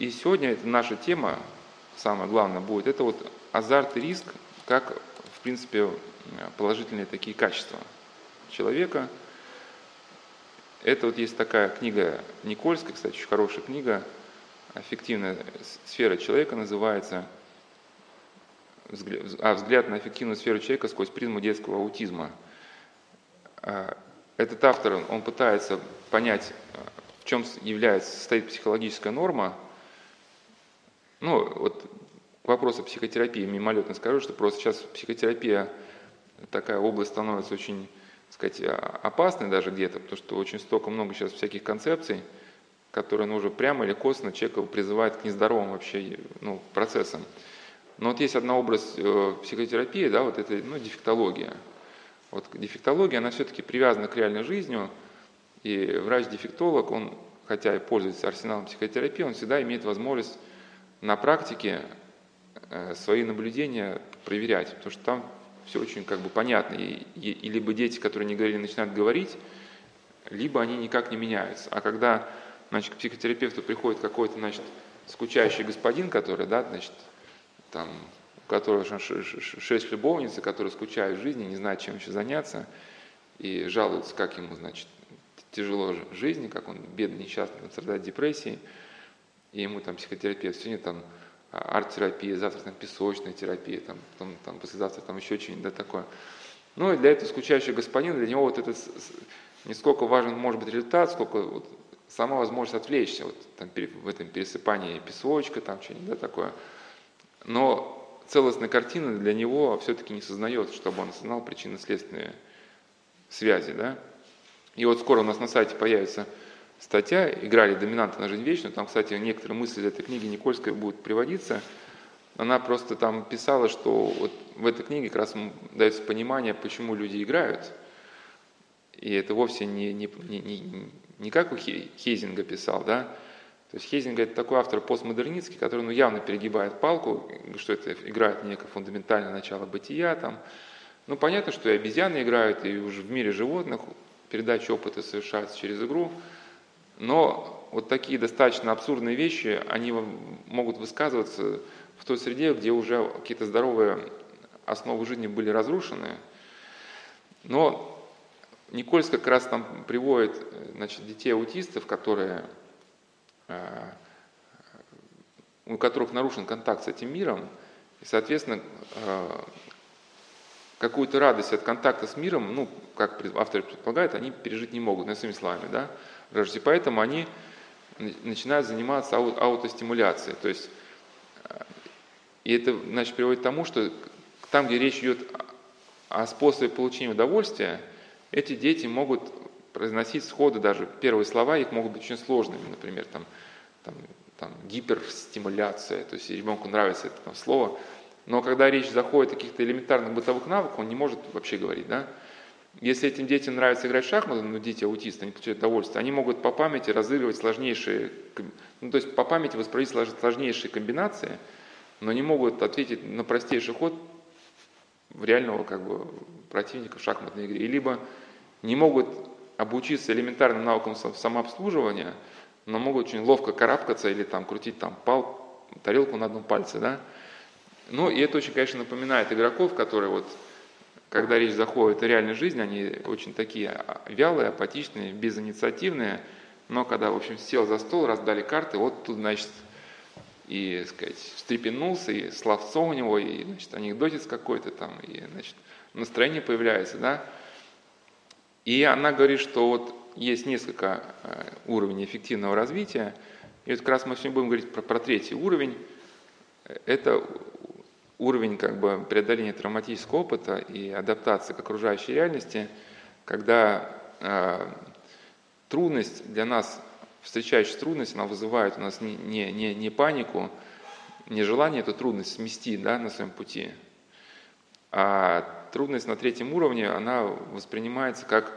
И сегодня это наша тема, самое главное будет, это вот азарт и риск, как, в принципе, положительные такие качества человека. Это вот есть такая книга Никольская, кстати, очень хорошая книга, «Аффективная сфера человека» называется, «Взгляд на аффективную сферу человека сквозь призму детского аутизма». Этот автор, он пытается понять, в чем состоит психологическая норма. Ну, вот к вопросу психотерапии мимолетно скажу, что просто сейчас психотерапия, такая область становится очень, так сказать, опасной даже где-то, потому что очень столько много сейчас всяких концепций, которые нужно прямо или косвенно человека призывают к нездоровым вообще процессам. Но вот есть одна область психотерапии, да, вот это дефектология. Вот дефектология, она все-таки привязана к реальной жизни, и врач-дефектолог, он, хотя и пользуется арсеналом психотерапии, он всегда имеет возможность на практике свои наблюдения проверять, потому что там все очень понятно. И либо дети, которые не говорили, начинают говорить, либо они никак не меняются. А когда, к психотерапевту приходит какой-то, скучающий господин, который, у которого 6 любовниц, который скучает в жизни, не знает, чем еще заняться, и жалуется, как ему, тяжело в жизни, как он бедный, несчастный, страдает депрессией, и ему психотерапевт сегодня арт-терапия, завтра песочная терапия, потом послезавтра еще что-нибудь такое. Ну и для этого скучающего господина, для него вот это не сколько важен может быть результат, сколько сама возможность отвлечься в этом пересыпании песочка, что-нибудь такое. Но целостная картина для него все-таки не сознается, чтобы он осознал причинно-следственные связи. Да? И вот скоро у нас на сайте появится статья «Играли доминанты на жизнь вечную». Там, кстати, некоторые мысли из этой книги Никольской будут приводиться. Она просто там писала, что вот в этой книге как раз дается понимание, почему люди играют. И это вовсе не как у Хейзинга писал, да? То есть Хейзинг – это такой автор постмодернистский, который явно перегибает палку, что это играет некое фундаментальное начало бытия. Понятно, что и обезьяны играют, и уже в мире животных передача опыта совершается через игру. Но вот такие достаточно абсурдные вещи, они могут высказываться в той среде, где уже какие-то здоровые основы жизни были разрушены. Но Никольская как раз там приводит детей-аутистов, у которых нарушен контакт с этим миром, и, соответственно, какую-то радость от контакта с миром, как автор предполагает, они пережить не могут, своими словами, да, и поэтому они начинают заниматься аутостимуляцией, то есть, и это, приводит к тому, что там, где речь идет о способе получения удовольствия, эти дети могут произносить сходу даже первые слова, их могут быть очень сложными, например, гиперстимуляция, то есть ребенку нравится это слово, но когда речь заходит о каких-то элементарных бытовых навыках, он не может вообще говорить, да. Если этим детям нравится играть в шахматы, дети-аутисты, они получают удовольствие, они могут по памяти разыгрывать сложнейшие, то есть по памяти воспроизводить сложнейшие комбинации, но не могут ответить на простейший ход в реального противника в шахматной игре. Либо не могут обучиться элементарным навыкам самообслуживания, но могут очень ловко карабкаться или крутить тарелку на одном пальце, да. И это очень, конечно, напоминает игроков, которые когда речь заходит о реальной жизни, они очень такие вялые, апатичные, безинициативные, но когда, в общем, сел за стол, раздали карты, тут, и, встрепенулся, и словцо у него, и, анекдотец какой-то и, настроение появляется, да. И она говорит, что есть несколько уровней эффективного развития, и как раз мы сегодня будем говорить про третий уровень. Это уровень преодоления травматического опыта и адаптации к окружающей реальности, когда трудность для нас, встречающая трудность, она вызывает у нас не панику, не желание эту трудность смести, да, на своем пути, а трудность на третьем уровне, она воспринимается как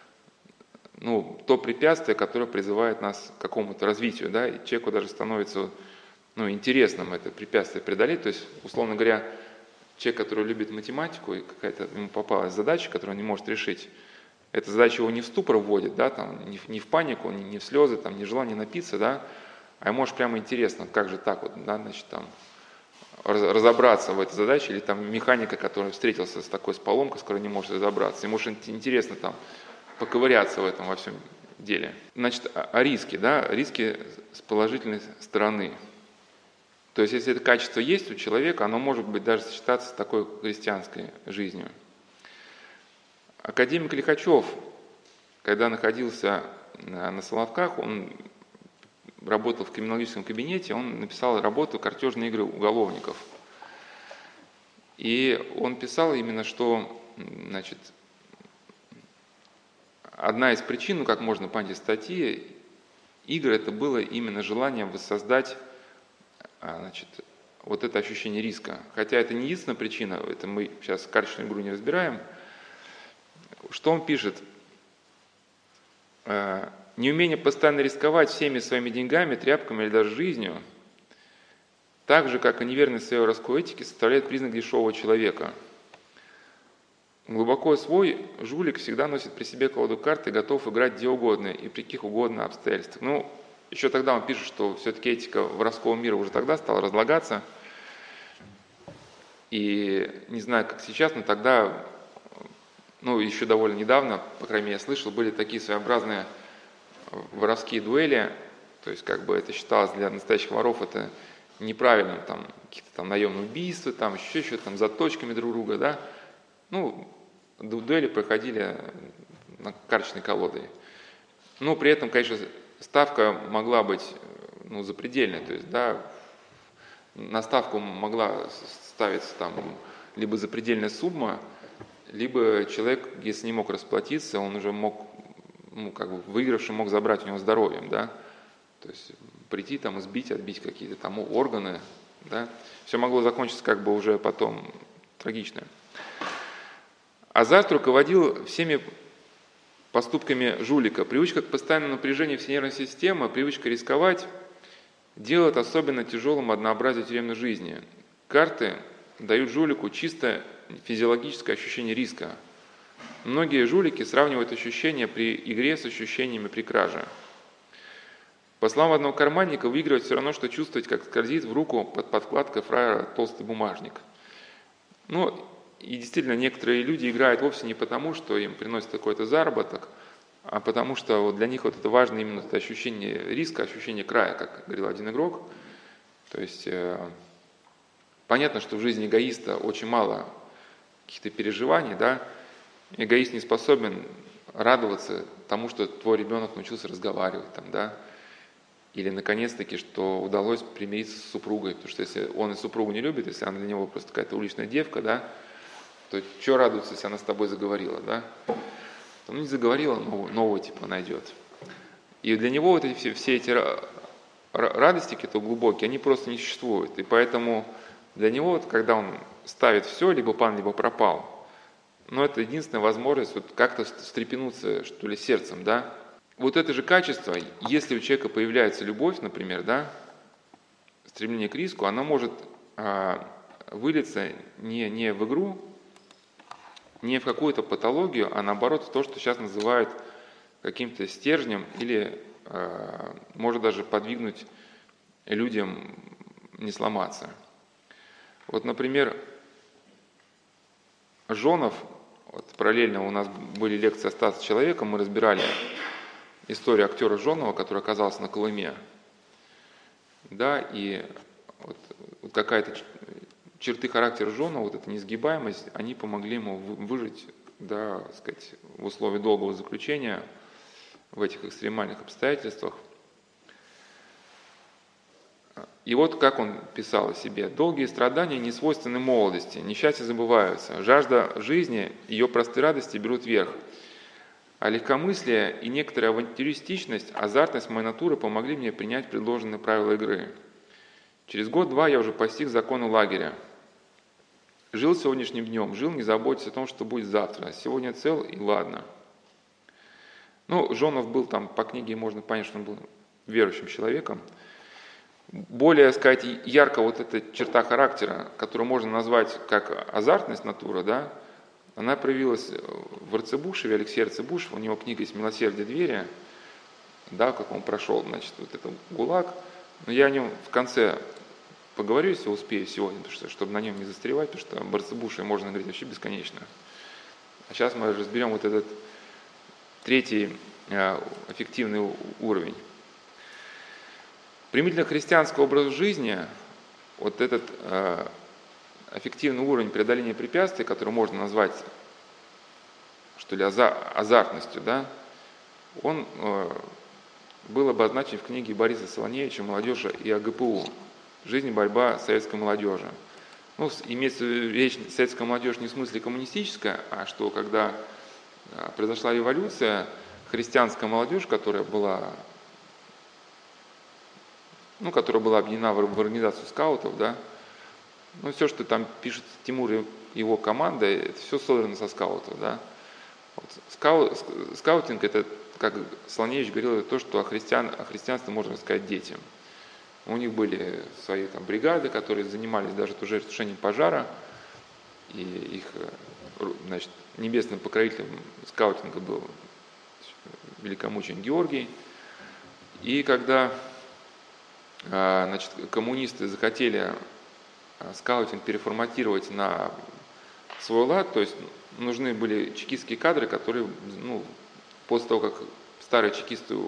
то препятствие, которое призывает нас к какому-то развитию, да, и человеку даже становится интересным это препятствие преодолеть. То есть, условно говоря, человек, который любит математику, и какая-то ему попалась задача, которую он не может решить, эта задача его не в ступор вводит, да, не в панику, не в слезы, не в желание напиться, да, а ему может прямо интересно, как же так вот, да, значит, там, разобраться в этой задаче, или там механика, который встретился с такой поломкой, с которой не может разобраться, ему может интересно там поковыряться в этом во всем деле. Значит, о риске, да, риски с положительной стороны. То есть, если это качество есть у человека, оно может быть даже сочетаться с такой христианской жизнью. Академик Лихачев, когда находился на Соловках, он работал в криминологическом кабинете, он написал работу «Картежные игры уголовников». И он писал именно, что, значит, одна из причин, как можно понять из статьи, игр это было именно желание воссоздать, значит, вот это ощущение риска. Хотя это не единственная причина, это мы сейчас карточную игру не разбираем. Что он пишет? Неумение постоянно рисковать всеми своими деньгами, тряпками или даже жизнью, так же, как и неверность своей воровской этики, составляет признак дешевого человека. Глубоко свой жулик всегда носит при себе колоду карт и готов играть где угодно и при каких угодно обстоятельствах. Ну, еще тогда он пишет, что все-таки этика воровского мира уже тогда стала разлагаться. И не знаю, как сейчас, но тогда, ну, еще довольно недавно, по крайней мере, я слышал, были такие своеобразные воровские дуэли, то есть как бы это считалось для настоящих воров это неправильным, там, какие-то там наемные убийства, там еще что-то, там, заточками друг друга, да. Ну, дуэли проходили на карточной колодой. Но при этом, конечно, ставка могла быть, ну, запредельной, то есть, да, на ставку могла ставиться там либо запредельная сумма, либо человек, если не мог расплатиться, он уже мог, ну, как бы выигравший мог забрать у него здоровьем, да, то есть прийти там, избить, отбить какие-то там органы, да, все могло закончиться как бы уже потом трагично. Азарт руководил всеми поступками жулика. Привычка к постоянному напряжению всей нервной системы, привычка рисковать делает особенно тяжелым однообразие тюремной жизни. Карты дают жулику чисто физиологическое ощущение риска. Многие жулики сравнивают ощущения при игре с ощущениями при краже. По словам одного карманника, выигрывать все равно, что чувствовать, как скользит в руку под подкладкой фраера толстый бумажник. Ну, и действительно, некоторые люди играют вовсе не потому, что им приносит какой-то заработок, а потому что вот для них вот это важно именно это ощущение риска, ощущение края, как говорил один игрок. То есть понятно, что в жизни эгоиста очень мало каких-то переживаний, да. Эгоист не способен радоваться тому, что твой ребенок научился разговаривать, там, да, или наконец-таки, что удалось примириться с супругой, потому что если он и супругу не любит, если она для него просто какая-то уличная девка, да, то что радуется, если она с тобой заговорила, да? Ну, не заговорила, нового типа найдет. И для него вот эти, все эти радости какие-то глубокие, они просто не существуют. И поэтому для него, вот, когда он ставит все, либо пан, либо пропал, но это единственная возможность вот как-то встрепенуться, что ли, сердцем, да? Вот это же качество, если у человека появляется любовь, например, да, стремление к риску, оно может вылиться не в игру, не в какую-то патологию, а наоборот в то, что сейчас называют каким-то стержнем или может даже подвигнуть людям не сломаться. Вот, например, Жонов, вот параллельно у нас были лекции «Остаться человеком», мы разбирали историю актера Жонова, который оказался на Колыме. Да, и вот какая-то черты характера Жонова, вот эта несгибаемость, они помогли ему выжить, да, так сказать, в условиях долгого заключения в этих экстремальных обстоятельствах. И вот как он писал о себе. «Долгие страдания не свойственны молодости, несчастья забываются, жажда жизни, ее простые радости берут верх. А легкомыслие и некоторая авантюристичность, азартность моей натуры помогли мне принять предложенные правила игры. Через год-два я уже постиг законы лагеря. Жил сегодняшним днем, жил, не заботясь о том, что будет завтра. Сегодня цел, и ладно». Ну, Жонов был там, по книге можно понять, что он был верующим человеком. Более, сказать, ярко вот эта черта характера, которую можно назвать как азартность натура, да, она проявилась в Арцебушеве, Алексее Арцебушев, у него книга есть «Милосердие двери», да, как он прошел, значит, вот это ГУЛАГ, Но я о нем в конце поговорю, если успею сегодня, потому что, чтобы на нем не застревать, потому что об Барцебуше можно говорить вообще бесконечно. А сейчас мы разберем вот этот третий эффективный уровень. Применительно к христианскому образу жизни, вот этот эффективный уровень преодоления препятствий, который можно назвать, что ли, азартностью, да, он был обозначен в книге Бориса Солоневича «Молодежь и АГПУ. Жизнь и борьба советской молодежи». Ну, имеется речь советская молодежь не в смысле коммунистическая, а что когда произошла революция, христианская молодежь, которая была объединена в организацию скаутов, да, ну, все, что там пишет Тимур и его команда, это все содрано со скаутов, да. Вот. Скаутинг – это, как Солоневич говорил, это то, что о христианстве можно рассказать детям. У них были свои там бригады, которые занимались даже тушением пожара, и их, значит, небесным покровителем скаутинга был великомученик Георгий. И когда, значит, коммунисты захотели скаутинг переформатировать на свой лад, то есть нужны были чекистские кадры, которые, ну, после того, как старые чекисты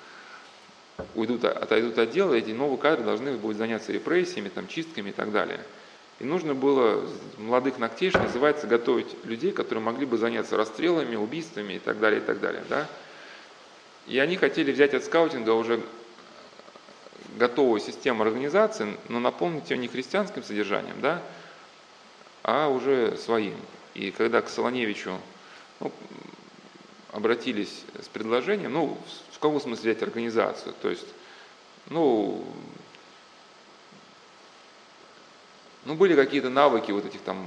отойдут от дела, эти новые кадры должны будут заняться репрессиями, там, чистками и так далее. И нужно было молодых ногтей, что называется, готовить людей, которые могли бы заняться расстрелами, убийствами и так далее, да. И они хотели взять от скаутинга уже готовую систему организации, но наполнить ее не христианским содержанием, да, а уже своим. И когда к Солоневичу обратились с предложением, в каком смысле взять организацию, то есть, были какие-то навыки вот этих там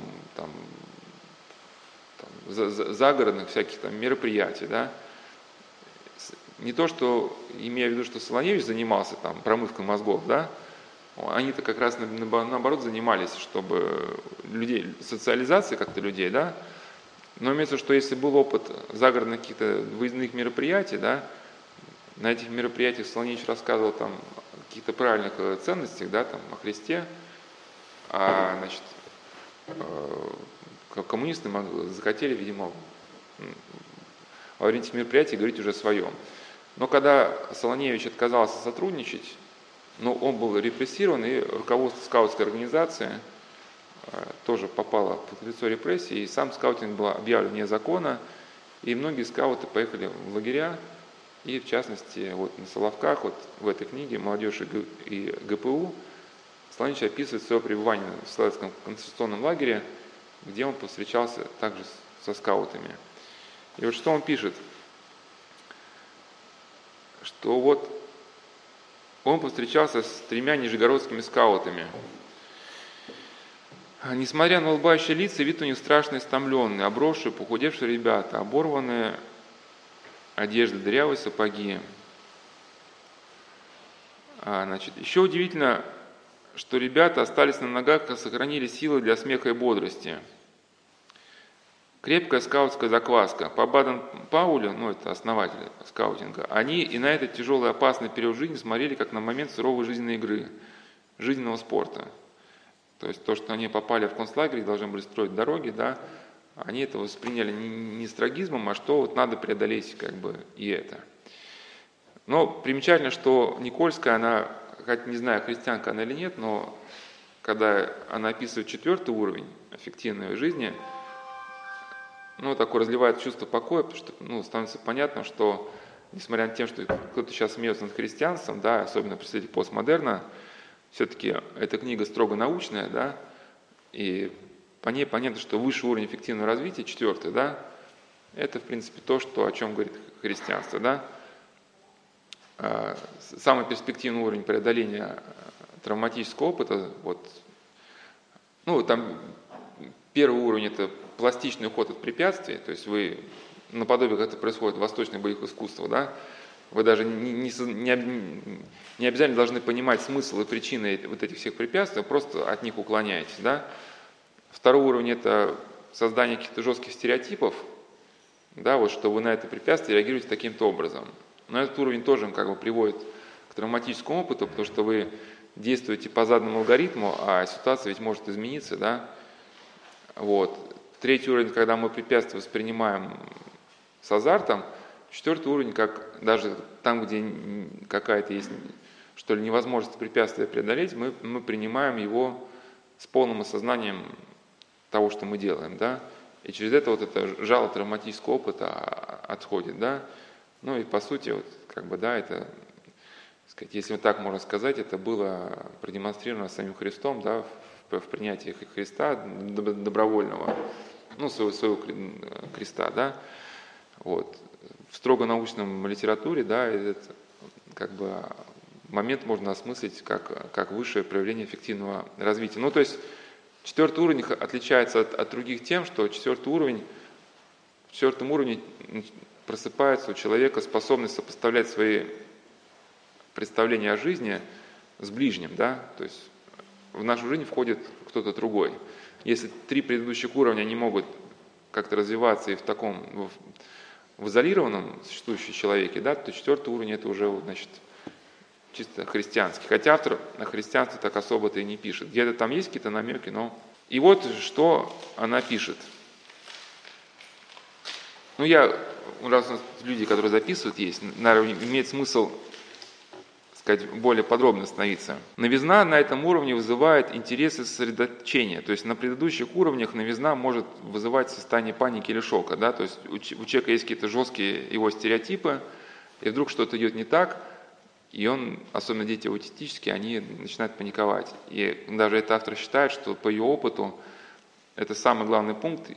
загородных всяких там мероприятий, да. Не то, что, имея в виду, что Солоневич занимался там промывкой мозгов, да, они-то как раз наоборот занимались, чтобы людей, социализацией как-то людей, да, но имеется, что если был опыт загородных каких-то выездных мероприятий, да, на этих мероприятиях Солоневич рассказывал там о каких-то правильных ценностях, да, там, о Христе, а, значит, коммунисты захотели, видимо, во время этих мероприятий говорить уже о своем. Но когда Солоневич отказался сотрудничать, он был репрессирован, и руководство скаутской организации тоже попало под лицо репрессий, и сам скаутинг был объявлен вне закона, и многие скауты поехали в лагеря, и в частности вот на Соловках, вот в этой книге «Молодежь и ГПУ» Солоневич описывает свое пребывание в Соловецком концентрационном лагере, где он повстречался также со скаутами. И вот что он пишет, что вот он повстречался с 3 нижегородскими скаутами. Несмотря на улыбающие лица, вид у них страшно истомленный, обросшие, похудевшие ребята, оборванные одежды, дырявые сапоги. Значит, еще удивительно, что ребята остались на ногах и сохранили силы для смеха и бодрости. Крепкая скаутская закваска. По Баден-Паулю, это основатель скаутинга, они и на этот тяжелый опасный период жизни смотрели как на момент суровой жизненной игры, жизненного спорта. То есть то, что они попали в концлагерь, должны были строить дороги, да, они это восприняли не с трагизмом, а что вот надо преодолеть как бы и это. Но примечательно, что Никольская, она, хоть не знаю, христианка она или нет, но когда она описывает 4-й уровень эффективной жизни, такое разливает чувство покоя, потому что становится понятно, что несмотря на то, что кто-то сейчас смеется над христианством, да, особенно представитель постмодерна, все-таки эта книга строго научная, да, и по ней понятно, что высший уровень эффективного развития, 4-й, да, это, в принципе, то, о чем говорит христианство, да. Самый перспективный уровень преодоления травматического опыта, там первый уровень – это пластичный уход от препятствий, то есть вы, наподобие, как это происходит в восточных боевых искусствах, да, вы даже не обязательно должны понимать смысл и причины вот этих всех препятствий, просто от них уклоняетесь, да. Второй уровень – это создание каких-то жестких стереотипов, да, что вы на это препятствие реагируете таким-то образом. Но этот уровень тоже как бы приводит к травматическому опыту, потому что вы действуете по заданному алгоритму, а ситуация ведь может измениться, да. Вот. Третий уровень, когда мы препятствия воспринимаем с азартом. Четвертый уровень, как даже там, где какая-то есть, что ли, невозможность препятствия преодолеть, мы принимаем его с полным осознанием того, что мы делаем, да. И через это вот это жало травматического опыта отходит, да. Ну и по сути, вот, как бы, да, это, сказать, если вот так можно сказать, это было продемонстрировано самим Христом, да, в принятии Христа добровольного, ну, своего креста, да. Вот. В строго научном литературе, да, этот как бы момент можно осмыслить как высшее проявление эффективного развития. Ну, то есть четвертый уровень отличается от других тем, что в четвертом уровне просыпается у человека способность сопоставлять свои представления о жизни с ближним, да, то есть в нашу жизнь входит кто-то другой. Если 3 предыдущих уровня не могут как-то развиваться и в изолированном существующем человеке, да, то 4-й уровень это уже, значит, чисто христианский. Хотя автор на христианстве так особо-то и не пишет. Где-то там есть какие-то намеки, но... И вот что она пишет. Ну, раз у нас люди, которые записывают, есть, наверное, имеет смысл сказать, более подробно остановиться. Новизна на этом уровне вызывает интерес и сосредоточение. То есть на предыдущих уровнях новизна может вызывать состояние паники или шока. Да? То есть у человека есть какие-то жесткие его стереотипы, и вдруг что-то идет не так, и он, особенно дети аутистические, они начинают паниковать. И даже этот автор считает, что по ее опыту это самый главный пункт,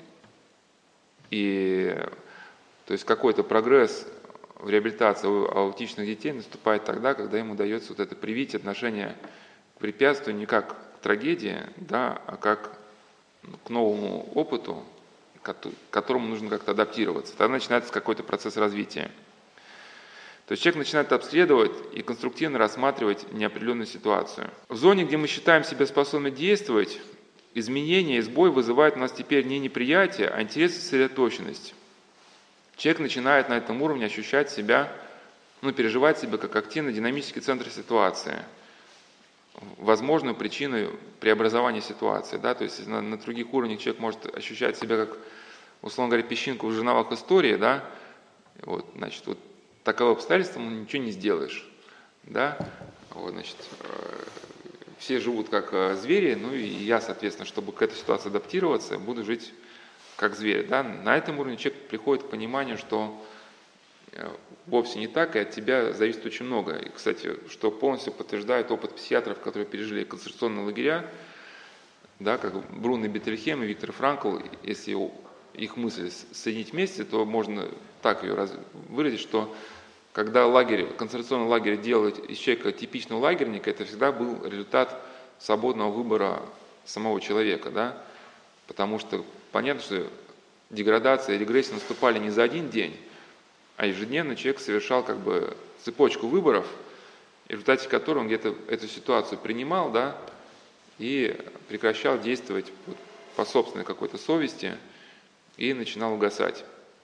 и то есть какой-то прогресс в реабилитации аутичных детей наступает тогда, когда им удается вот это привить отношение к препятствию не как к трагедии, да, а как к новому опыту, к которому нужно как-то адаптироваться. Тогда начинается какой-то процесс развития. То есть человек начинает обследовать и конструктивно рассматривать неопределенную ситуацию. В зоне, где мы считаем себя способны действовать, изменения и сбой вызывают у нас теперь не неприятие, а интерес и сосредоточенность. Человек начинает на этом уровне ощущать себя, переживать себя как активный динамический центр ситуации, возможную причину преобразования ситуации. Да? То есть на других уровнях человек может ощущать себя как, условно говоря, песчинку в жерновах истории, да? Вот, значит, вот таково обстоятельство, ничего не сделаешь. Да? Вот, значит, все живут как звери, ну и я, соответственно, чтобы к этой ситуации адаптироваться, буду жить как зверь. Да? На этом уровне человек приходит к пониманию, что вовсе не так, и от тебя зависит очень много. И, кстати, что полностью подтверждает опыт психиатров, которые пережили концентрационные лагеря, да, как Бруно Беттельхейм и Виктор Франкл, если их мысли соединить вместе, то можно так ее выразить, что когда концентрационный лагерь делает из человека типичного лагерника, это всегда был результат свободного выбора самого человека, да? Потому что понятно, что деградация и регрессия наступали не за один день, а ежедневно человек совершал как бы цепочку выборов, в результате которой он где-то эту ситуацию принимал, да, и прекращал действовать по собственной какой-то совести и начинал угасать.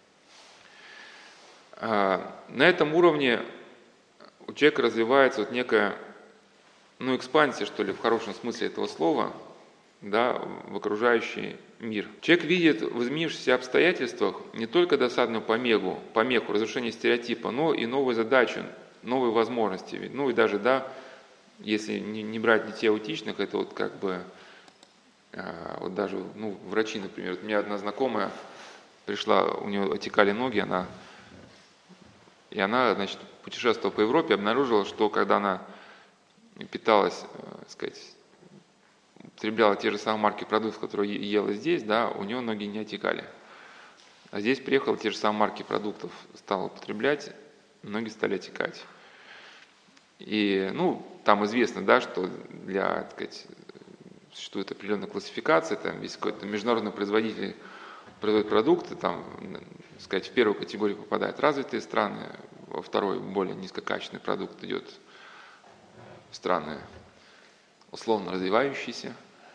На этом уровне у человека развивается вот некая, экспансия, что ли, в хорошем смысле этого слова, да, в окружающий мир. Человек видит в изменившихся обстоятельствах не только досадную помеху, разрушение стереотипа, но и новые задачи, новые возможности. Ну и даже, да, если не брать детей аутичных, это вот как бы, вот даже, врачи, например, вот у меня одна знакомая пришла, у нее отекали ноги, она, значит, путешествовала по Европе, обнаружила, что когда она питалась, употребляла те же самые марки продуктов, которые ела здесь, да, у нее ноги не отекали. А здесь приехала, те же самые марки продуктов стала употреблять, ноги стали отекать. И, там известно, да, что существует определенная классификация, там есть какой-то международный производитель производит продукты, там, в первую категорию попадают развитые страны, во второй более низкокачественный продукт идет в страны условно развивающиеся.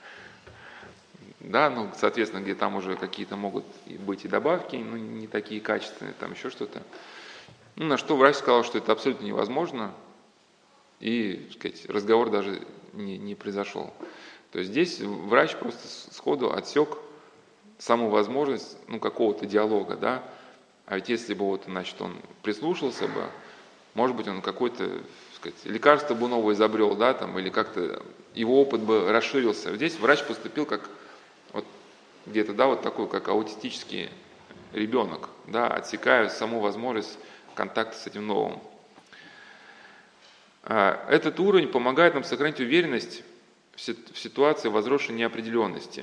Да, соответственно, где там уже какие-то могут быть и добавки, не такие качественные, там еще что-то. На что врач сказал, что это абсолютно невозможно. и, так сказать, разговор даже не произошел. То есть здесь врач просто сходу отсек саму возможность какого-то диалога, да. А ведь если бы значит, он прислушался бы, может быть, он какое-то, так сказать, лекарство бы новое изобрел, да, там, или как-то его опыт бы расширился. Здесь врач поступил как где-то, да, такой, как аутистический ребенок, да, отсекая саму возможность контакта с этим новым. Этот уровень помогает нам сохранить уверенность в ситуации возросшей неопределенности.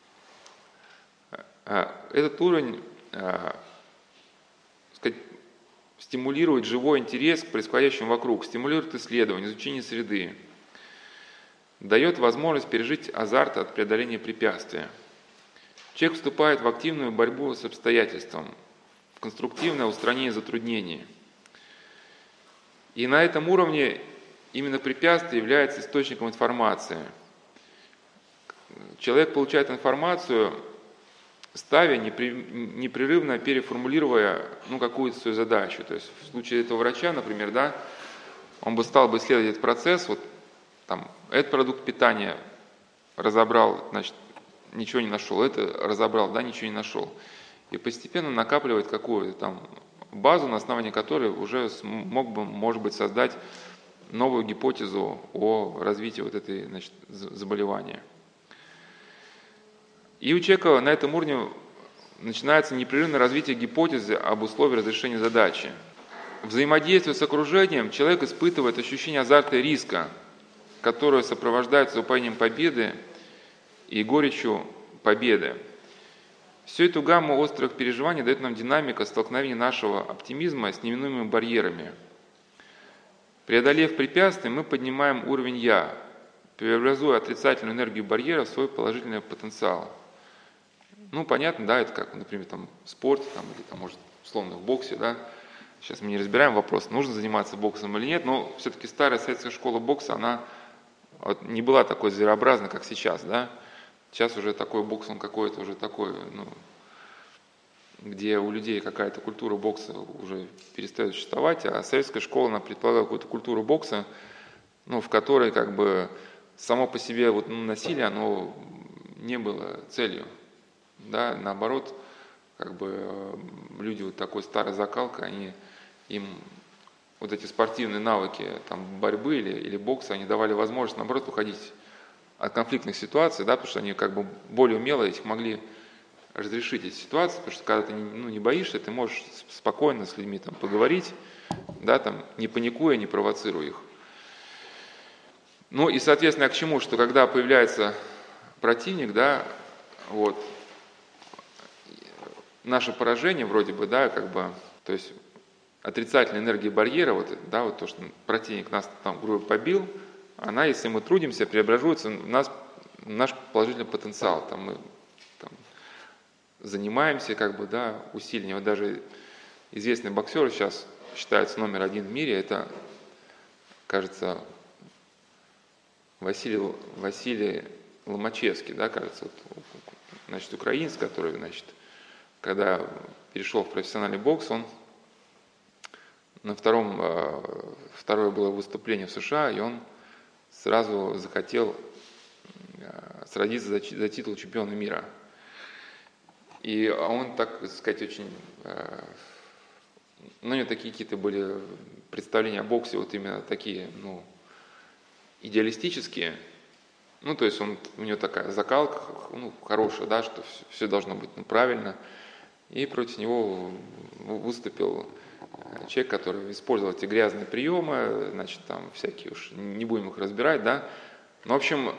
Этот уровень, сказать, стимулирует живой интерес к происходящему вокруг, стимулирует исследование, изучение среды, дает возможность пережить азарт от преодоления препятствия. Человек вступает в активную борьбу с обстоятельством, в конструктивное устранение затруднений. И на этом уровне именно препятствие является источником информации. Человек получает информацию, ставя, непрерывно переформулируя какую-то свою задачу. То есть в случае этого врача, например, да, он бы стал бы исследовать этот процесс, этот продукт питания разобрал, значит, ничего не нашел, это разобрал, да, ничего не нашел. И постепенно накапливает какую-то базу, на основании которой уже мог бы, может быть, создать новую гипотезу о развитии этой, значит, заболевания. И у человека на этом уровне начинается непрерывное развитие гипотезы об условии разрешения задачи. Взаимодействуя с окружением, человек испытывает ощущение азарта и риска, которое сопровождается упоением победы и горечью победы. Всю эту гамму острых переживаний дает нам динамика столкновения нашего оптимизма с неминуемыми барьерами. Преодолев препятствия, мы поднимаем уровень «я», преобразуя отрицательную энергию барьера в свой положительный потенциал. Понятно, да, это как, например, спорт, или, может, условно, в боксе, да. Сейчас мы не разбираем вопрос, нужно заниматься боксом или нет, но все-таки старая советская школа бокса, она не была такой зверообразной, как сейчас, да. Сейчас уже такой бокс, он какой-то уже такой, где у людей какая-то культура бокса уже перестает существовать, а советская школа, она предполагала какую-то культуру бокса, в которой как бы само по себе насилие, оно не было целью. Да, наоборот, как бы люди такой старой закалкой, им эти спортивные навыки борьбы или бокса, они давали возможность, наоборот, уходить от конфликтных ситуаций, да, потому что они как бы более умело их могли разрешить эти ситуации, потому что когда ты не боишься, ты можешь спокойно с людьми поговорить, да, не паникуя, не провоцируя их. И, соответственно, к чему, что когда появляется противник, да, наше поражение вроде бы, да, как бы, то есть отрицательная энергия барьера, то, что противник нас грубо побил, она, если мы трудимся, преобразуется в наш положительный потенциал. Мы занимаемся, как бы, да, усилением. Даже известный боксер сейчас считается номер один в мире, это, кажется, Василий Ломачевский, да, кажется, значит, украинец, который, значит, когда перешел в профессиональный бокс, он второе было выступление в США, и он сразу захотел сразиться за титул чемпиона мира. И он, так сказать, очень... у него такие какие-то были представления о боксе, именно такие, идеалистические. То есть у него такая закалка, хорошая, да, что все должно быть правильно. И против него выступил человек, который использовал эти грязные приемы, значит, всякие, уж не будем их разбирать, да. В общем,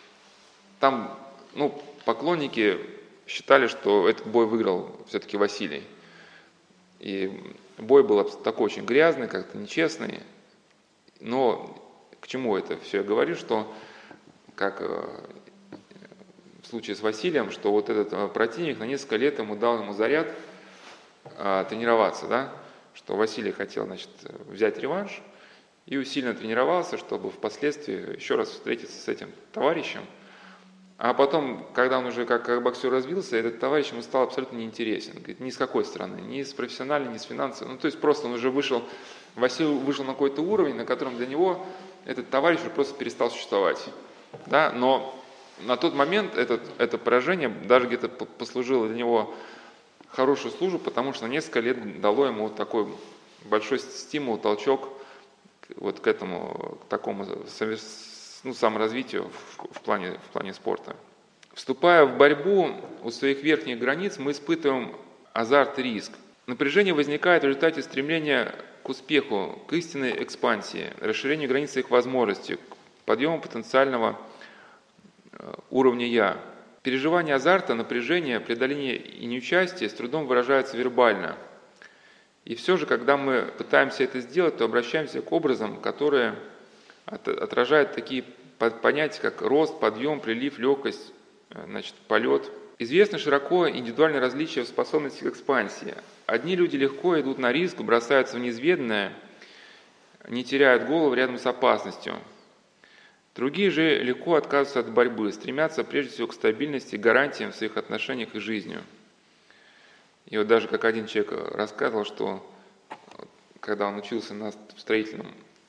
поклонники считали, что этот бой выиграл все-таки Василий. И бой был такой очень грязный, как-то нечестный. Но к чему это все я говорю, что как в случае с Василием, что этот противник на несколько лет дал ему заряд тренироваться, да, что Василий хотел, значит, взять реванш и усиленно тренировался, чтобы впоследствии еще раз встретиться с этим товарищем. А потом, когда он уже как боксер развился, этот товарищ ему стал абсолютно неинтересен. Говорит, ни с какой стороны, ни с профессиональной, ни с финансовой. То есть просто он уже Василий вышел на какой-то уровень, на котором для него этот товарищ уже просто перестал существовать. Да? Но на тот момент это поражение даже где-то послужило для него хорошую службу, потому что на несколько лет дало ему вот такой большой стимул, толчок вот к этому, к такому саморазвитию в плане спорта. Вступая в борьбу у своих верхних границ, мы испытываем азарт и риск. Напряжение возникает в результате стремления к успеху, к истинной экспансии, расширению границ их возможностей, к подъему потенциального уровня «я». Переживание азарта, напряжения, преодоление и неучастие с трудом выражаются вербально. И все же, когда мы пытаемся это сделать, то обращаемся к образам, которые отражают такие понятия, как рост, подъем, прилив, легкость, полет. Известно широко индивидуальное различие в способности к экспансии. Одни люди легко идут на риск, бросаются в неизведанное, не теряют голову рядом с опасностью. Другие же легко отказываются от борьбы, стремятся прежде всего к стабильности, гарантиям в своих отношениях и жизнью. И вот даже как один человек рассказывал, что когда он учился на строителя,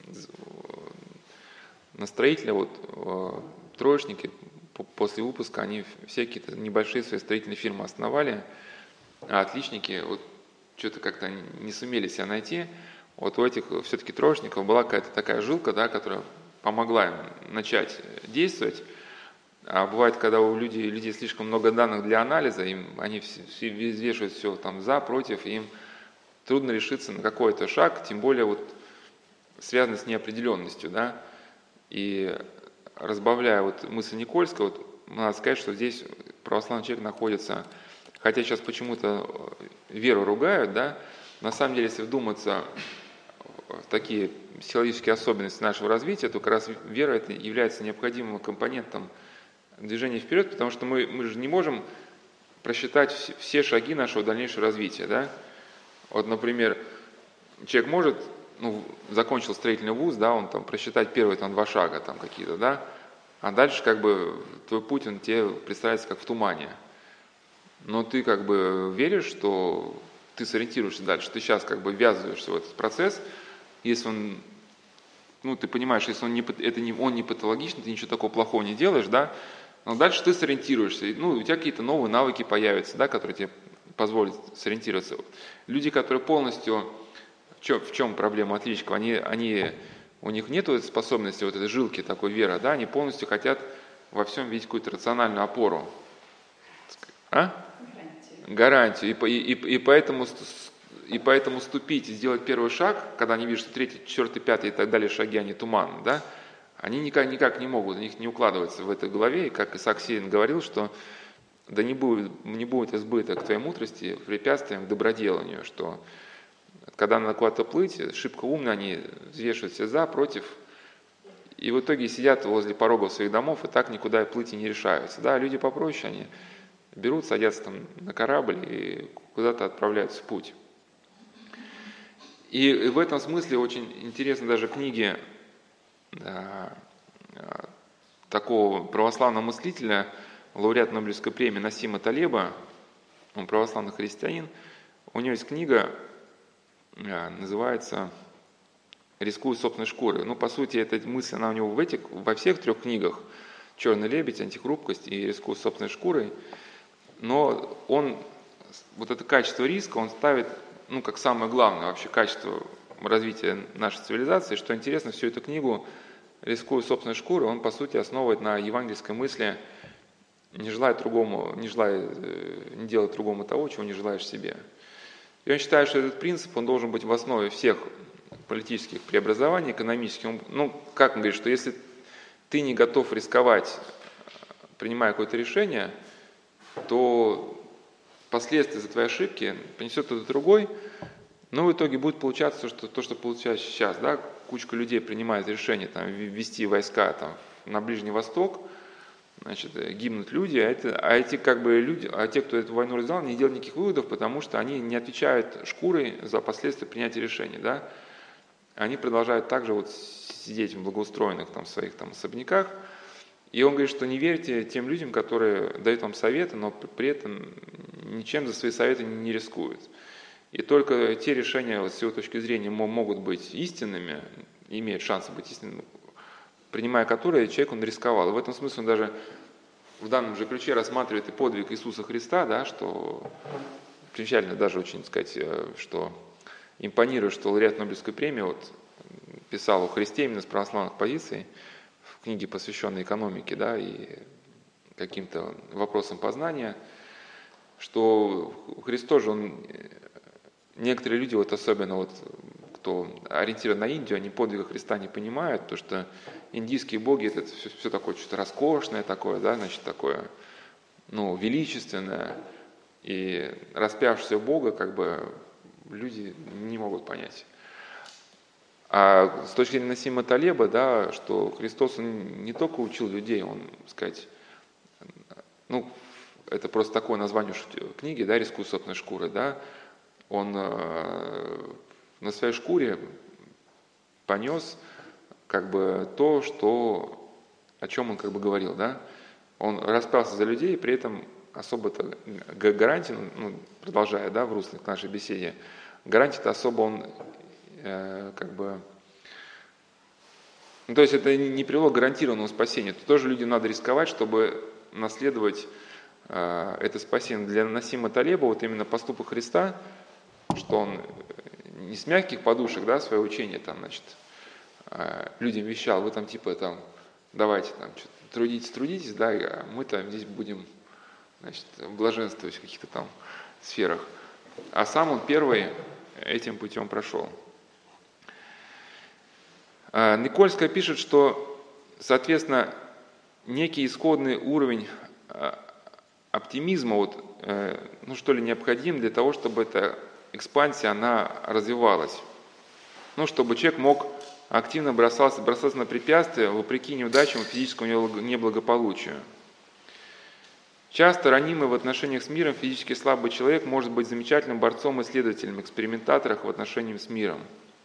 троечники после выпуска, они все какие-то небольшие свои строительные фирмы основали, а отличники вот что-то как-то не сумели себя найти. Вот у этих все-таки троечников была какая-то такая жилка, да, которая помогла им начать действовать. А бывает, когда у людей слишком много данных для анализа, они все взвешивают все там за, против, и им трудно решиться на какой-то шаг, тем более вот связанный с неопределенностью, да. И разбавляя вот мысль Никольского, вот, надо сказать, что здесь православный человек находится, хотя сейчас почему-то веру ругают, да, на самом деле, если вдуматься в такие психологические особенности нашего развития, то как раз вера это является необходимым компонентом движения вперед, потому что мы же не можем просчитать все шаги нашего дальнейшего развития. Да? Вот, например, человек может, закончил строительный вуз, да, он там просчитать первые 2 шага там какие-то, да, а дальше как бы твой путь, он тебе представляется как в тумане. Но ты как бы веришь, что ты сориентируешься дальше, ты сейчас как бы ввязываешься в этот процесс, если он, ты понимаешь, если он не патологичный, ты ничего такого плохого не делаешь, да, но дальше ты сориентируешься, у тебя какие-то новые навыки появятся, да, которые тебе позволят сориентироваться. Люди, которые полностью, в чем проблема отличников, у них нет способности вот этой жилки такой веры, да, они полностью хотят во всем видеть какую-то рациональную опору. Гарантию. И поэтому ступить и сделать первый шаг, когда они видят, что 3, 4, 5 и так далее шаги, они туманны, да, они никак не могут, у них не укладывается в этой голове. И как Исаак Сирин говорил, что да не будет избыток твоей мудрости препятствием к доброделанию, что когда надо куда-то плыть, шибко умно они взвешивают все за, против, и в итоге сидят возле порогов своих домов и так никуда плыть и не решаются. Да, люди попроще, они берут, садятся там на корабль и куда-то отправляются в путь. И в этом смысле очень интересны даже книги такого православного мыслителя, лауреата Нобелевской премии Насима Талеба, он православный христианин. У него есть книга, называется «Рискуя собственной шкурой». По сути, эта мысль, она у него во всех 3 книгах: «Черный лебедь», «Антихрупкость» и «Рискуя собственной шкурой». Но он, вот это качество риска, он ставит, как самое главное вообще качество развития нашей цивилизации. Что интересно, всю эту книгу «Рискуя собственной шкурой» он, по сути, основывает на евангельской мысли не делать другому того, чего не желаешь себе. И он считает, что этот принцип, он должен быть в основе всех политических преобразований, экономических. Как он говорит, что если ты не готов рисковать, принимая какое-то решение, то последствия за твои ошибки понесет кто-то другой, но в итоге будет получаться, что то, что получается сейчас, да, кучка людей принимает решение ввести войска на Ближний Восток, гибнут люди, а те, кто эту войну развязал, не делают никаких выводов, потому что они не отвечают шкурой за последствия принятия решений, да. Они продолжают также сидеть в благоустроенных своих особняках. И он говорит, что не верьте тем людям, которые дают вам советы, но при этом ничем за свои советы не рискуют. И только те решения с его точки зрения могут быть истинными, имеют шансы быть истинными, принимая которые, человек, он рисковал. И в этом смысле он даже в данном же ключе рассматривает и подвиг Иисуса Христа, да, что примечательно даже очень сказать, что импонирует, что лауреат Нобелевской премии вот, писал о Христе именно с православных позиций в книге, посвященной экономике, да, и каким-то вопросам познания, что Христос же, он, некоторые люди, вот особенно вот, кто ориентирован на Индию, они подвига Христа не понимают, потому что индийские боги это все такое что-то роскошное такое, да, значит, такое, ну, величественное, и распявшегося Бога как бы люди не могут понять. А с точки зрения Насима Талеба, да, что Христос, он не только учил людей, он, так сказать, ну, это просто такое название книги, да, «Рискуя собственной шкурой», да, он на своей шкуре понес как бы то, о чем он как бы говорил, да. Он распялся за людей, при этом особо-то гарантии, ну, продолжая, да, в русле к нашей беседе, гарантии-то особо он как бы... Ну, то есть это не привело к гарантированному спасению. Тут тоже людям надо рисковать, чтобы наследовать это спасение. Для Насима Талеба вот именно поступок Христа, что он не с мягких подушек, да, свое учение там, значит, людям вещал, вы там типа там, давайте там, трудитесь, да, а мы там здесь будем, значит, блаженствовать в каких-то там сферах. А сам он первый этим путем прошел. Никольская пишет, что, соответственно, некий исходный уровень оптимизма, вот, ну что ли, необходим для того, чтобы эта экспансия, она развивалась. Ну, чтобы человек мог активно бросаться на препятствия, вопреки неудачам и физическому неблагополучию. Часто ранимый в отношениях с миром физически слабый человек может быть замечательным борцом-исследователем, экспериментатором в отношениях с миром.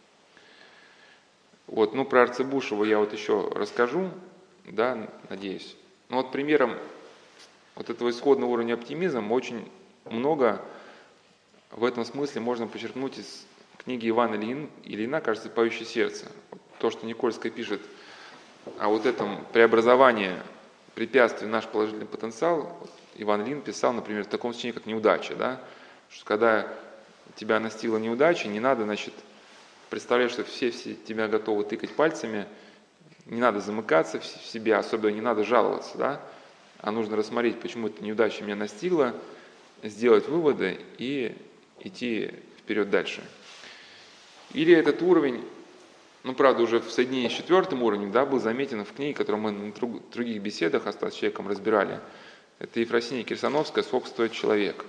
Вот, ну, про Арцебушева я вот еще расскажу, да, надеюсь. Ну, вот примером вот этого исходного уровня оптимизма очень много в этом смысле можно подчеркнуть из книги Ивана Ильина, кажется, «Поющее сердце». То, что Никольская пишет о вот этом преобразовании препятствий в наш положительный потенциал, Иван Ильин писал, например, в таком сочинении, как «Неудача», да, что когда тебя настигла неудача, не надо, значит, представлять, что все тебя готовы тыкать пальцами, не надо замыкаться в себе, особенно не надо жаловаться, да, а нужно рассмотреть, почему эта неудача меня настигла, сделать выводы и идти вперед дальше. Или этот уровень, ну, правда, уже в соединении с четвертым уровнем, да, был заметен в книге, которую мы на других беседах «Остаться человеком» разбирали. Это Ефросинья Кирсановская «Сколько стоит человек?».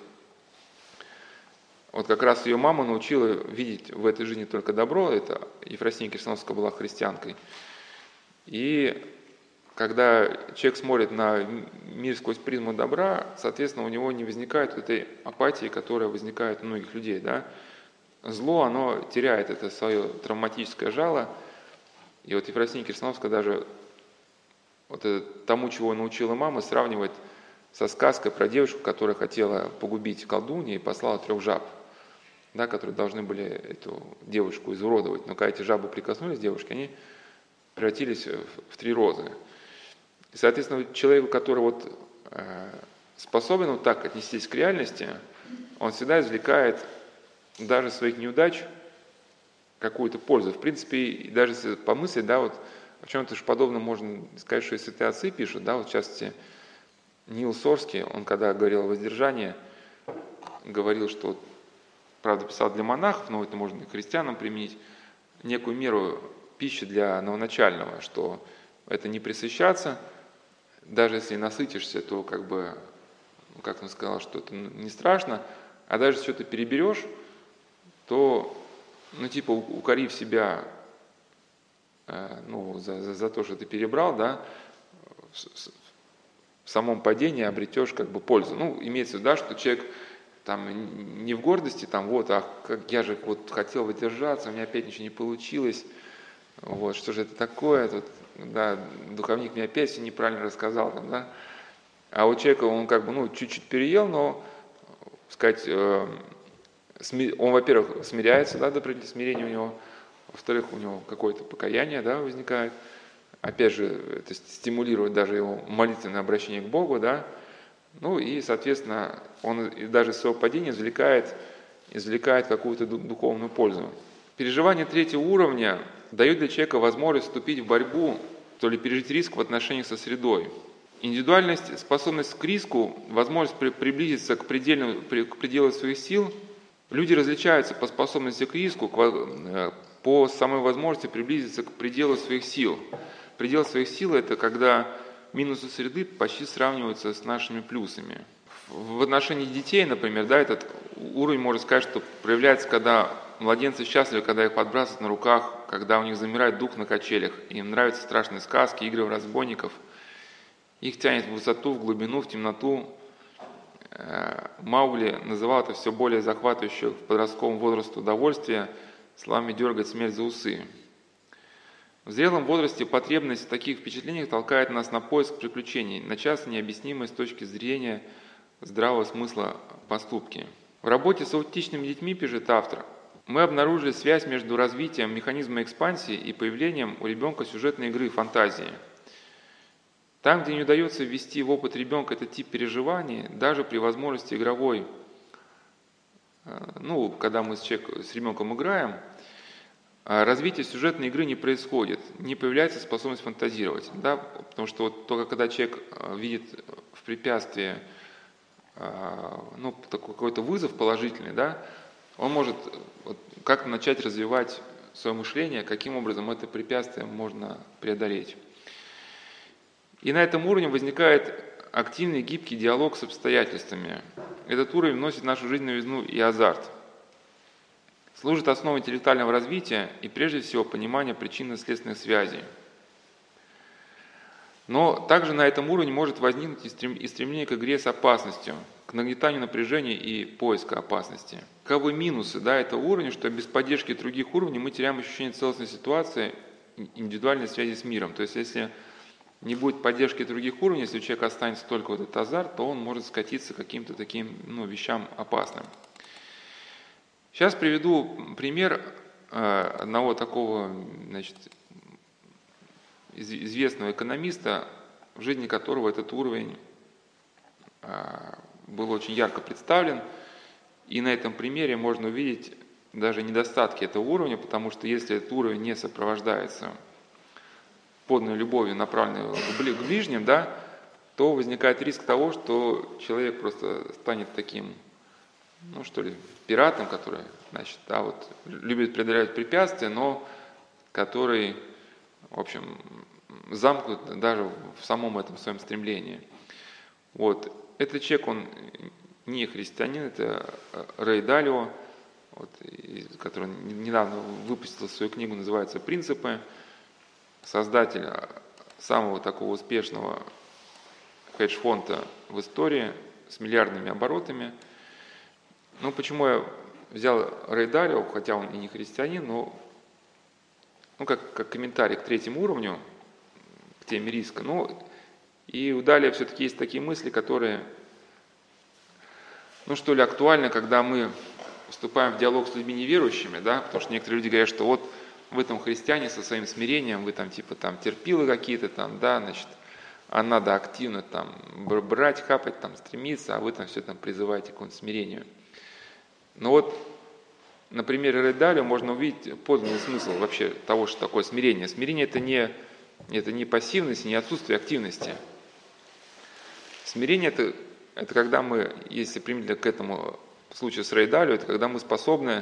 Вот как раз ее мама научила видеть в этой жизни только добро. Это Ефросинья Кирсановская была христианкой. И когда человек смотрит на мир сквозь призму добра, соответственно, у него не возникает этой апатии, которая возникает у многих людей, да. Зло, оно теряет это свое травматическое жало. И вот Ефросинья Кирсановская даже вот это, тому, чего научила мама, сравнивает со сказкой про девушку, которая хотела погубить колдунью и послала 3 жаб, да, которые должны были эту девушку изуродовать. Но когда эти жабы прикоснулись к девушке, они превратились в 3 розы. И, соответственно, человеку, который вот способен вот так отнестись к реальности, он всегда извлекает даже своих неудач какую-то пользу. В принципе, даже если помыслить, да, вот о чем-то же подобном можно сказать, что и святые отцы пишут, да, вот в частности, Нил Сорский, он когда говорил о воздержании, говорил, что, правда, писал для монахов, но это можно и к христианам применить, некую меру пищи для новоначального, что это не пресыщаться, даже если насытишься, то как бы, ну, как он сказал, что это не страшно, а даже если что-то переберешь, то, ну, типа, укорив себя, ну, за то, что ты перебрал, да, в самом падении обретешь как бы пользу. Ну, имеется в виду, да, что человек там не в гордости, там, вот, ах, как я же вот хотел выдержаться, у меня опять ничего не получилось, вот, что же это такое, тут, да, духовник мне опять все неправильно рассказал, там, да, а у человека он как бы, ну, чуть-чуть переел, но, сказать, он, во-первых, смиряется, да, до определенного смирения у него, во-вторых, у него какое-то покаяние, да, возникает, опять же, это стимулирует даже его молитвенное обращение к Богу, да, ну и, соответственно, он даже из своего падения извлекает какую-то духовную пользу. Переживание третьего уровня дает для человека возможность вступить в борьбу, то ли пережить риск в отношениях со средой. Индивидуальность, способность к риску, возможность приблизиться к пределу своих сил. Люди различаются по способности к риску, по самой возможности приблизиться к пределу своих сил. Предел своих сил – это когда минусы среды почти сравниваются с нашими плюсами. В отношении детей, например, да, этот уровень, можно сказать, что проявляется, когда младенцы счастливы, когда их подбрасывают на руках, когда у них замирает дух на качелях, им нравятся страшные сказки, игры в разбойников, их тянет в высоту, в глубину, в темноту. Маугли называл это все более захватывающее в подростковом возрасте удовольствие, словами дергать смерть за усы. В зрелом возрасте потребность в таких впечатлениях толкает нас на поиск приключений, на часто необъяснимые с точки зрения здравого смысла поступки. В работе с аутичными детьми, пишет автор, мы обнаружили связь между развитием механизма экспансии и появлением у ребенка сюжетной игры, фантазии. Там, где не удается ввести в опыт ребенка этот тип переживаний, даже при возможности игровой, когда мы с ребенком играем, развитие сюжетной игры не происходит, не появляется способность фантазировать. Да? Потому что вот только когда человек видит в препятствии какой-то вызов положительный, да, он может как-то начать развивать свое мышление, каким образом это препятствие можно преодолеть. И на этом уровне возникает активный гибкий диалог с обстоятельствами. Этот уровень вносит в нашу жизнь новизну и азарт. Служит основой интеллектуального развития и прежде всего понимания причинно-следственных связей. Но также на этом уровне может возникнуть и стремление к игре с опасностью, к нагнетанию напряжения и поиска опасности. Каковы минусы этого уровня, что без поддержки других уровней мы теряем ощущение целостной ситуации, индивидуальной связи с миром. То есть если не будет поддержки других уровней, если у человека останется только вот этот азарт, то он может скатиться к каким-то таким вещам опасным. Сейчас приведу пример одного такого, известного экономиста, в жизни которого этот уровень был очень ярко представлен. И на этом примере можно увидеть даже недостатки этого уровня, потому что если этот уровень не сопровождается подлинной любовью, направленной к ближним, да, то возникает риск того, что человек просто станет таким, пиратом, который, любит преодолевать препятствия, но который, в общем, замкнут даже в самом этом своем стремлении. Вот. Этот человек, он не христианин, это Рэй Далио, который недавно выпустил свою книгу, называется «Принципы», создатель самого такого успешного хедж-фонда в истории с миллиардными оборотами. Почему я взял Рэй Далио, хотя он и не христианин, но как комментарий к третьему уровню, к теме риска. И у Далио все-таки есть такие мысли, которые, актуальны, когда мы вступаем в диалог с людьми неверующими, да, потому что некоторые люди говорят, что вот вы там христиане со своим смирением, вы там терпилы какие-то а надо активно брать, хапать, стремиться, а вы все призываете к какому-то смирению. Но на примере Рэй Далио можно увидеть подлинный смысл вообще того, что такое смирение. Смирение – это не пассивность, не отсутствие активности. Смирение – это когда мы, если применительно к этому случаю с Рэй Далио, это когда мы способны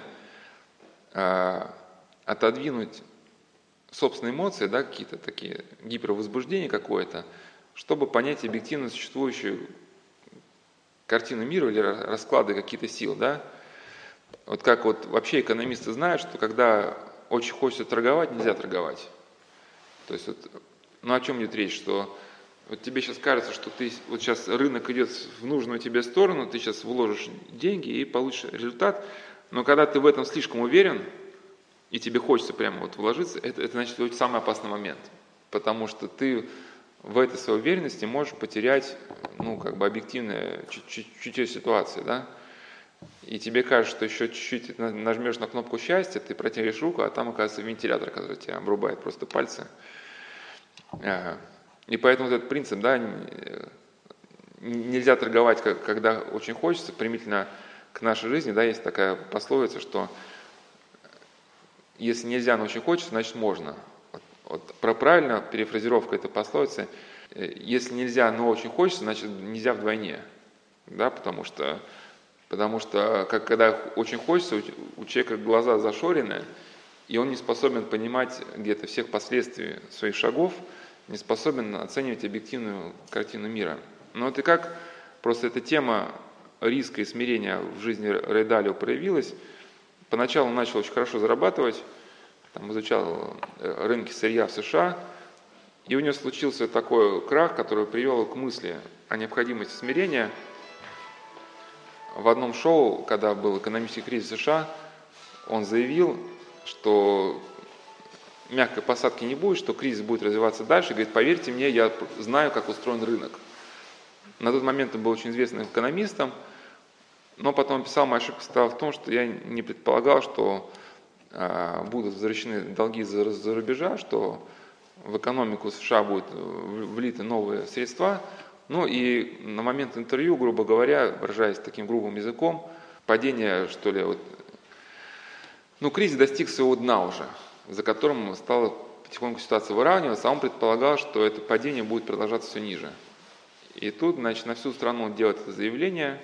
отодвинуть собственные эмоции, да, какие-то такие гипервозбуждения какое-то, чтобы понять объективно существующую картину мира или расклады какие-то сил, да. Как вообще экономисты знают, что когда очень хочется торговать, нельзя торговать. То есть о чем идет речь, что тебе сейчас кажется, что ты сейчас рынок идет в нужную тебе сторону, ты сейчас вложишь деньги и получишь результат, но когда ты в этом слишком уверен, и тебе хочется прямо вложиться, это значит очень самый опасный момент. Потому что ты в этой своей уверенности можешь потерять, объективное чутье ситуации, да? И тебе кажется, что еще чуть-чуть нажмешь на кнопку счастья, ты протянешь руку, а там, оказывается, вентилятор, который тебя обрубает просто пальцы. Ага. И поэтому этот принцип, да, нельзя торговать, когда очень хочется, примительно к нашей жизни, да, есть такая пословица, что если нельзя, но очень хочется, значит можно. Правильно перефразировка этой пословицы: если нельзя, но очень хочется, значит нельзя вдвойне, да, потому что когда очень хочется, у человека глаза зашорены, и он не способен понимать где-то всех последствий своих шагов, не способен оценивать объективную картину мира. Но вот и как просто эта тема риска и смирения в жизни Рэя Далио проявилась. Поначалу он начал очень хорошо зарабатывать, там изучал рынки сырья в США, и у него случился такой крах, который привел к мысли о необходимости смирения. В одном шоу, когда был экономический кризис в США, он заявил, что мягкой посадки не будет, что кризис будет развиваться дальше. Говорит, поверьте мне, я знаю, как устроен рынок. На тот момент он был очень известным экономистом, но потом писал, моя ошибка состояла в том, что я не предполагал, что будут возвращены долги за рубежа, что в экономику США будут влиты новые средства. Ну и на момент интервью, грубо говоря, выражаясь таким грубым языком, падение, что ли, кризис достиг своего дна уже, за которым стала потихоньку ситуация выравниваться, а он предполагал, что это падение будет продолжаться все ниже. И тут, значит, на всю страну он делает это заявление,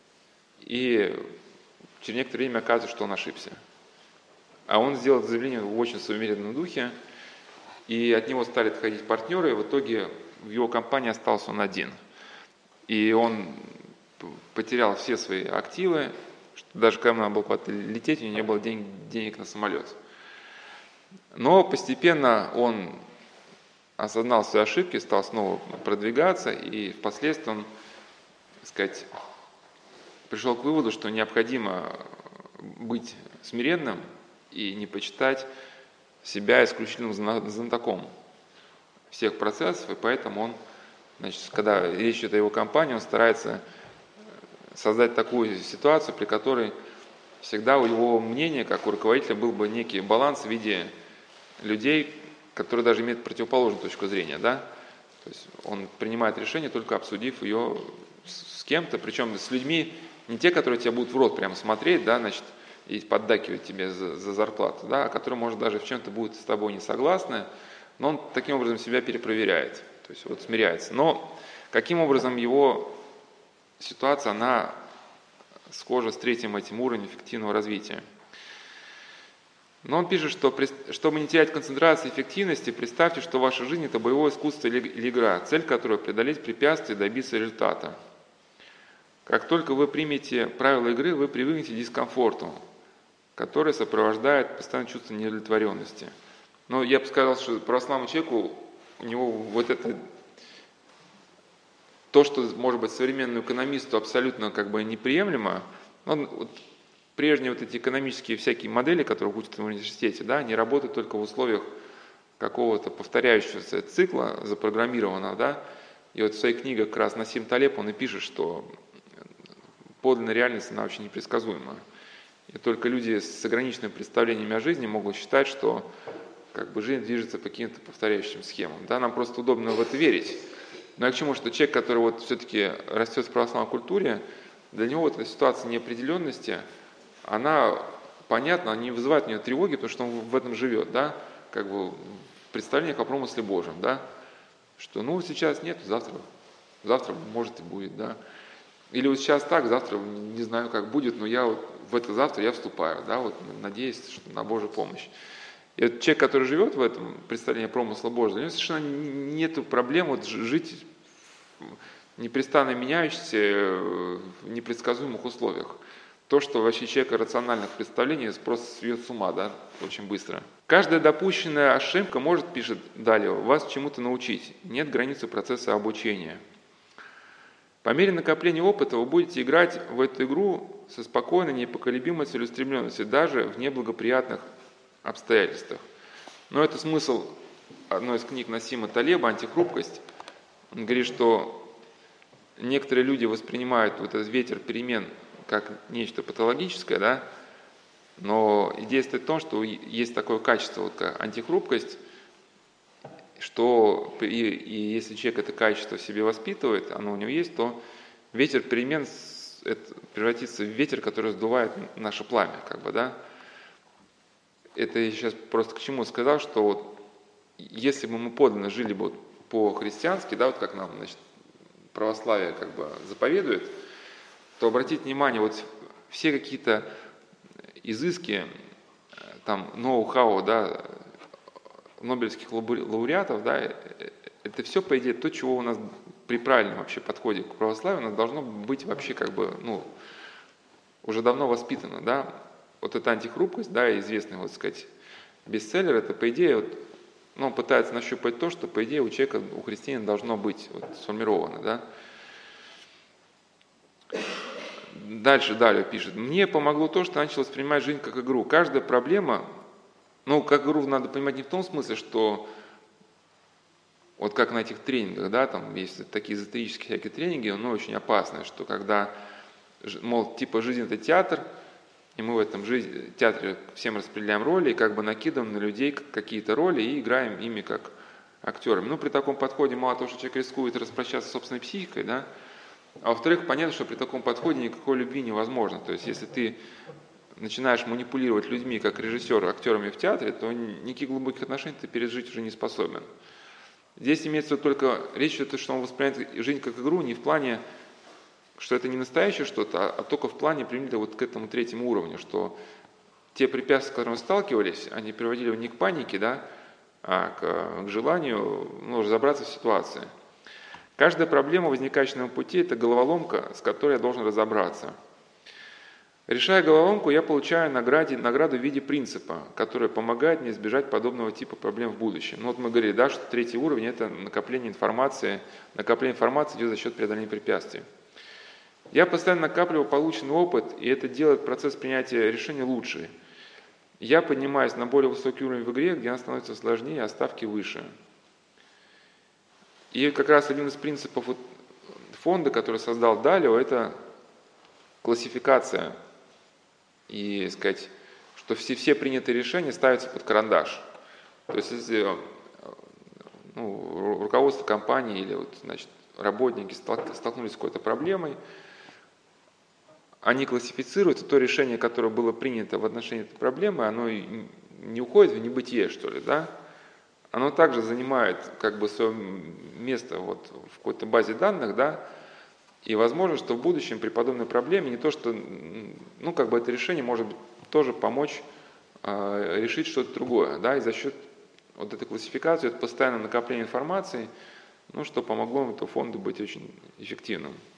и через некоторое время оказывается, что он ошибся. А он сделал это заявление в очень суеверенном духе, и от него стали отходить партнеры, и в итоге в его компании остался он один. И он потерял все свои активы, что даже когда надо было лететь, у него не было денег на самолет. Но постепенно он осознал свои ошибки, стал снова продвигаться, и впоследствии он, так сказать, пришел к выводу, что необходимо быть смиренным и не почитать себя исключительным знатоком всех процессов, и поэтому он, значит, когда речь идет о его компании, он старается создать такую ситуацию, при которой всегда у его мнения, как у руководителя, был бы некий баланс в виде людей, которые даже имеют противоположную точку зрения, да? То есть он принимает решение, только обсудив ее с кем-то, причем с людьми, не те, которые тебя будут в рот прямо смотреть, да, значит, и поддакивать тебе за зарплату, да, а которые, может, даже в чем-то будут с тобой не согласны, но он таким образом себя перепроверяет, то есть вот смиряется. Но каким образом его ситуация, она схожа с третьим этим уровнем эффективного развития? Но он пишет, что чтобы не терять концентрацию и эффективности, представьте, что ваша жизнь – это боевое искусство или игра, цель которой – преодолеть препятствия и добиться результата. Как только вы примете правила игры, вы привыкнете к дискомфорту, который сопровождает постоянное чувство неудовлетворенности. Но я бы сказал, что православному человеку, у него вот это, то, что, может быть, современному экономисту абсолютно как бы неприемлемо, прежние вот эти экономические всякие модели, которые учат в университете, да, они работают только в условиях какого-то повторяющегося цикла запрограммированного, да. И вот в своей книге как раз Насим Талеб, он и пишет, что подлинная реальность, она очень непредсказуема. И только люди с ограниченными представлениями о жизни могут считать, что как бы жизнь движется по каким-то повторяющим схемам. Да, нам просто удобно в это верить. Но я к чему, что человек, который вот все-таки растет в православной культуре, для него вот эта ситуация неопределенности, она понятна, она не вызывает у него тревоги, потому что он в этом живет, да, как бы в представлениях о промысле Божьем, да, что сейчас нет, завтра может и будет, да. Или вот сейчас так, завтра не знаю, как будет, но я вот в это завтра я вступаю, да, вот надеюсь, что на Божью помощь. И вот человек, который живет в этом представлении промысла Божьего, у него совершенно нет проблем вот жить в непрестанно меняющихся, в непредсказуемых условиях. То, что вообще человека рациональных представлений просто сведет с ума, да, очень быстро. Каждая допущенная ошибка может, пишет далее, вас чему-то научить. Нет границы процесса обучения. По мере накопления опыта вы будете играть в эту игру со спокойной, непоколебимой целеустремленностью, даже в неблагоприятных обстоятельствах. Но это смысл одной из книг Насима Талеба «Антихрупкость». Он говорит, что некоторые люди воспринимают вот этот ветер перемен как нечто патологическое, да, но идея стоит в том, что есть такое качество, вот как антихрупкость, и если человек это качество в себе воспитывает, оно у него есть, то ветер перемен превратится в ветер, который сдувает наше пламя, как бы, да. Это я сейчас просто к чему сказал, что вот, если бы мы подлинно жили бы вот по-христиански, да, вот как нам, значит, православие как бы заповедует, то обратите внимание, вот все какие-то изыски, там, ноу-хау, да, нобелевских лауреатов, да, это все, по идее, то, чего у нас при правильном вообще подходе к православию у нас должно быть вообще как бы, ну, уже давно воспитано, да. Вот эта антихрупкость, да, известный, вот сказать, бестселлер, это, по идее, вот, ну, он пытается нащупать то, что, по идее, у человека, у христианина должно быть вот, сформировано, да. Дальше Далее пишет: «Мне помогло то, что начал воспринимать жизнь как игру. Каждая проблема, ну, как игру надо понимать не в том смысле, что вот как на этих тренингах, да, там есть такие эзотерические всякие тренинги, но очень опасные, что когда, мол, типа жизнь это театр, и мы в этом театре всем распределяем роли, и как бы накидываем на людей какие-то роли и играем ими как актерами. Ну, при таком подходе мало того, что человек рискует распрощаться с собственной психикой, да, а во-вторых, понятно, что при таком подходе никакой любви невозможно. То есть, если ты начинаешь манипулировать людьми, как режиссер, актерами в театре, то никаких глубоких отношений ты пережить уже не способен. Здесь имеется только речь о том, что он воспринимает жизнь как игру не в плане, что это не настоящее что-то, а только в плане применительно вот к этому третьему уровню, что те препятствия, с которыми сталкивались, они приводили его не к панике, да, а к желанию, ну, разобраться в ситуации. Каждая проблема, возникающая на моем пути, это головоломка, с которой я должен разобраться. Решая головоломку, я получаю награду в виде принципа, который помогает мне избежать подобного типа проблем в будущем. Ну вот мы говорили, да, что третий уровень – это накопление информации. Накопление информации идет за счет преодоления препятствий. Я постоянно накапливаю полученный опыт, и это делает процесс принятия решений лучше. Я поднимаюсь на более высокий уровень в игре, где она становится сложнее, а ставки выше. И как раз один из принципов фонда, который создал Далио, это классификация. И сказать, что все принятые решения ставятся под карандаш. То есть, если руководство компании или вот, значит, работники столкнулись с какой-то проблемой, они классифицируют, и то решение, которое было принято в отношении этой проблемы, оно не уходит в небытие, что ли, да? Оно также занимает как бы свое место вот в какой-то базе данных, да, и возможно, что в будущем при подобной проблеме не то, что, ну, как бы это решение может тоже помочь решить что-то другое, да, и за счет вот этой классификации, это постоянное накопление информации, ну, что помогло этому фонду быть очень эффективным.